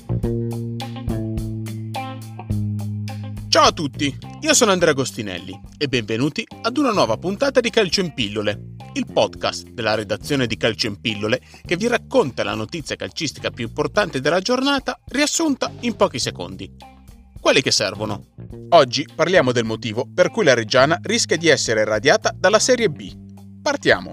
Ciao a tutti, io sono Andrea Agostinelli e benvenuti ad una nuova puntata di Calcio in Pillole, il podcast della redazione di Calcio in Pillole che vi racconta la notizia calcistica più importante della giornata riassunta in pochi secondi. Quelli che servono. Oggi parliamo del motivo per cui la Reggiana rischia di essere radiata dalla Serie B. Partiamo!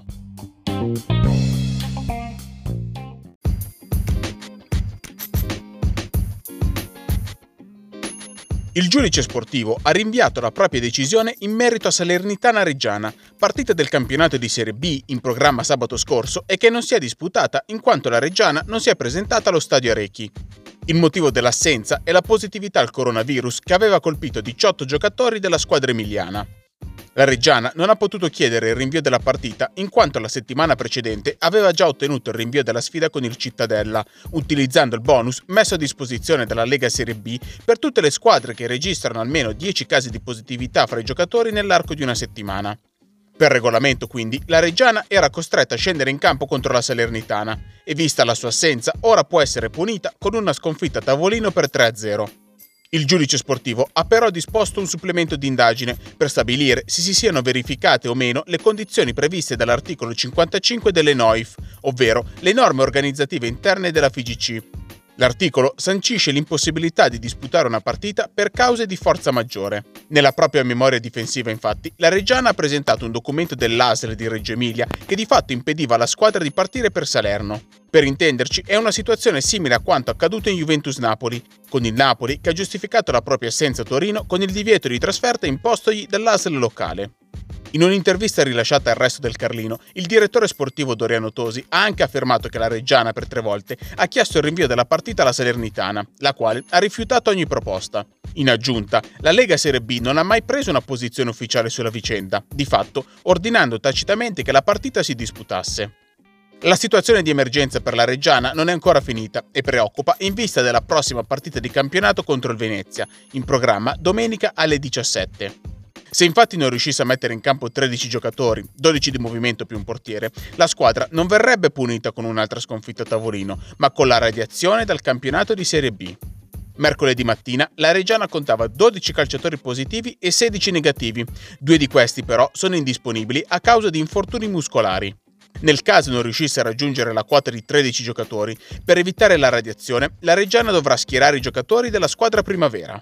Il giudice sportivo ha rinviato la propria decisione in merito a Salernitana Reggiana, partita del campionato di Serie B in programma sabato scorso e che non si è disputata in quanto la Reggiana non si è presentata allo stadio Arechi. Il motivo dell'assenza è la positività al coronavirus che aveva colpito 18 giocatori della squadra emiliana. La Reggiana non ha potuto chiedere il rinvio della partita in quanto la settimana precedente aveva già ottenuto il rinvio della sfida con il Cittadella, utilizzando il bonus messo a disposizione dalla Lega Serie B per tutte le squadre che registrano almeno 10 casi di positività fra i giocatori nell'arco di una settimana. Per regolamento, quindi, la Reggiana era costretta a scendere in campo contro la Salernitana e, vista la sua assenza, ora può essere punita con una sconfitta a tavolino per 3-0. Il giudice sportivo ha però disposto un supplemento di indagine per stabilire se si siano verificate o meno le condizioni previste dall'articolo 55 delle NOIF, ovvero le norme organizzative interne della FIGC. L'articolo sancisce l'impossibilità di disputare una partita per cause di forza maggiore. Nella propria memoria difensiva, infatti, la Reggiana ha presentato un documento dell'ASL di Reggio Emilia che di fatto impediva alla squadra di partire per Salerno. Per intenderci, è una situazione simile a quanto accaduto in Juventus-Napoli, con il Napoli che ha giustificato la propria assenza a Torino con il divieto di trasferta impostogli dall'ASL locale. In un'intervista rilasciata al Resto del Carlino, il direttore sportivo Doriano Tosi ha anche affermato che la Reggiana per 3 volte ha chiesto il rinvio della partita alla Salernitana, la quale ha rifiutato ogni proposta. In aggiunta, la Lega Serie B non ha mai preso una posizione ufficiale sulla vicenda, di fatto ordinando tacitamente che la partita si disputasse. La situazione di emergenza per la Reggiana non è ancora finita e preoccupa in vista della prossima partita di campionato contro il Venezia, in programma domenica alle 17. Se infatti non riuscisse a mettere in campo 13 giocatori, 12 di movimento più un portiere, la squadra non verrebbe punita con un'altra sconfitta a tavolino, ma con la radiazione dal campionato di Serie B. Mercoledì mattina la Reggiana contava 12 calciatori positivi e 16 negativi, 2 di questi però sono indisponibili a causa di infortuni muscolari. Nel caso non riuscisse a raggiungere la quota di 13 giocatori, per evitare la radiazione, la Reggiana dovrà schierare i giocatori della squadra primavera.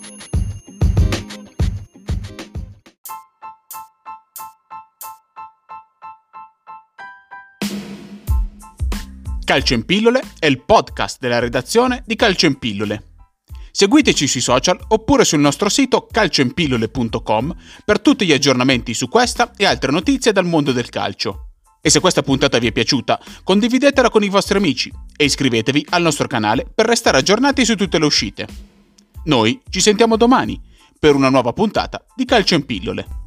Calcio in Pillole è il podcast della redazione di Calcio in Pillole. Seguiteci sui social oppure sul nostro sito calcioinpillole.com per tutti gli aggiornamenti su questa e altre notizie dal mondo del calcio. E se questa puntata vi è piaciuta, condividetela con i vostri amici e iscrivetevi al nostro canale per restare aggiornati su tutte le uscite. Noi ci sentiamo domani per una nuova puntata di Calcio in Pillole.